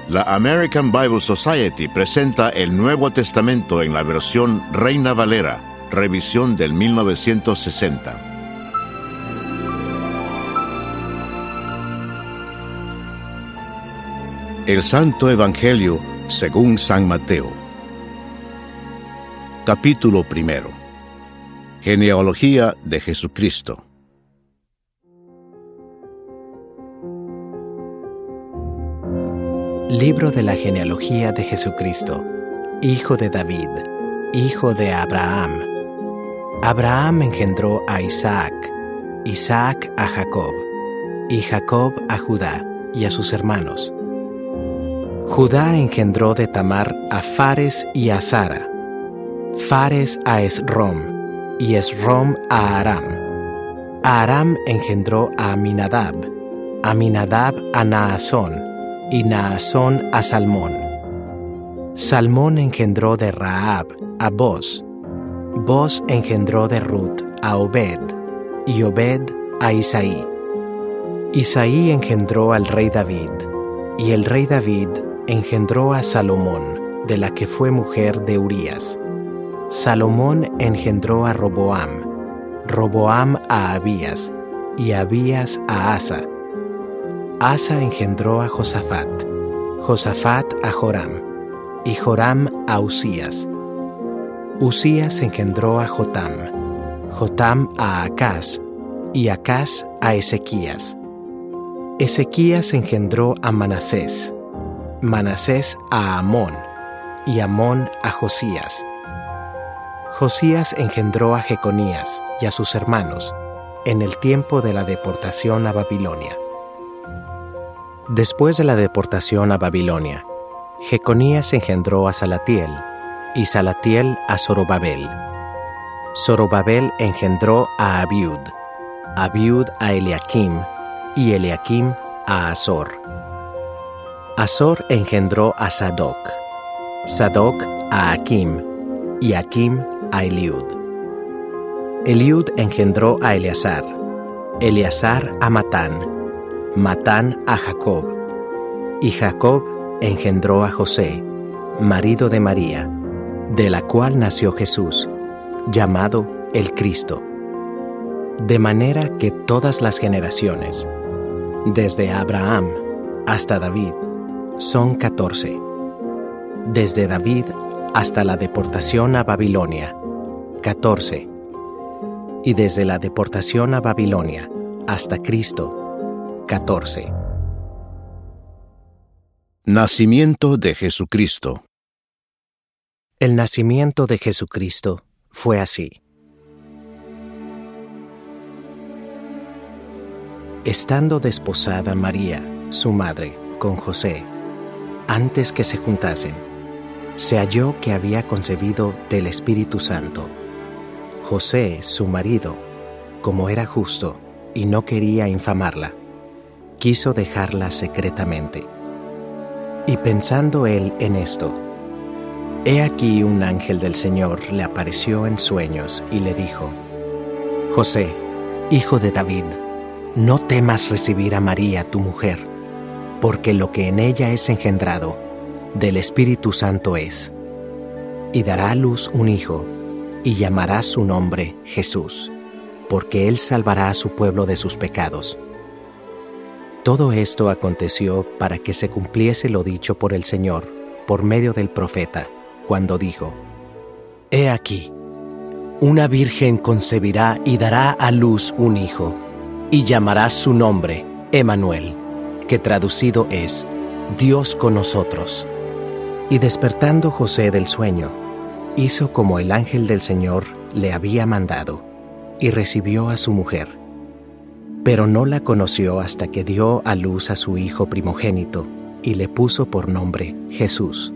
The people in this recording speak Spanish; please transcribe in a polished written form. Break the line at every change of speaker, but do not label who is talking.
La American Bible Society presenta el Nuevo Testamento en la versión Reina Valera, revisión del 1960. El Santo Evangelio según San Mateo. Capítulo 1. Genealogía de Jesucristo.
Libro de la genealogía de Jesucristo, hijo de David, hijo de Abraham. Abraham engendró a Isaac, Isaac a Jacob, y Jacob a Judá y a sus hermanos. Judá engendró de Tamar a Fares y a Zara, Fares a Esrom, y Esrom a Aram. Aram engendró a Aminadab, Aminadab a Naasón, y Naasón a Salmón. Salmón engendró de Rahab a Boz, Boz engendró de Ruth a Obed, y Obed a Isaí. Isaí engendró al rey David, y el rey David engendró a Salomón, de la que fue mujer de Urías. Salomón engendró a Roboam, Roboam a Abías, y Abías a Asa. Asa engendró a Josafat, Josafat a Joram, y Joram a Usías. Usías engendró a Jotam, Jotam a Acaz, y Acaz a Ezequías. Ezequías engendró a Manasés, Manasés a Amón, y Amón a Josías. Josías engendró a Jeconías y a sus hermanos, en el tiempo de la deportación a Babilonia. Después de la deportación a Babilonia, Jeconías engendró a Salatiel, y Salatiel a Zorobabel. Zorobabel engendró a Abiud, Abiud a Eliakim, y Eliakim a Azor. Azor engendró a Sadoc, Sadoc a Akim, y Akim a Eliud. Eliud engendró a Eleazar, Eleazar a Matán, Matán a Jacob, y Jacob engendró a José, marido de María, de la cual nació Jesús, llamado el Cristo. De manera que todas las generaciones, desde Abraham hasta David, son 14. Desde David hasta la deportación a Babilonia, 14. Y desde la deportación a Babilonia hasta Cristo, 14.
Nacimiento de Jesucristo.
El nacimiento de Jesucristo fue así. Estando desposada María, su madre, con José, antes que se juntasen, se halló que había concebido del Espíritu Santo. José, su marido, como era justo y no quería infamarla, quiso dejarla secretamente. Y pensando él en esto, he aquí un ángel del Señor le apareció en sueños y le dijo: José, hijo de David, no temas recibir a María tu mujer, porque lo que en ella es engendrado del Espíritu Santo es. Y dará a luz un hijo, y llamará su nombre Jesús, porque él salvará a su pueblo de sus pecados. Todo esto aconteció para que se cumpliese lo dicho por el Señor, por medio del profeta, cuando dijo: He aquí, una virgen concebirá y dará a luz un hijo, y llamará su nombre Emmanuel, que traducido es Dios con nosotros. Y despertando José del sueño, hizo como el ángel del Señor le había mandado, y recibió a su mujer. Pero no la conoció hasta que dio a luz a su hijo primogénito, y le puso por nombre Jesús.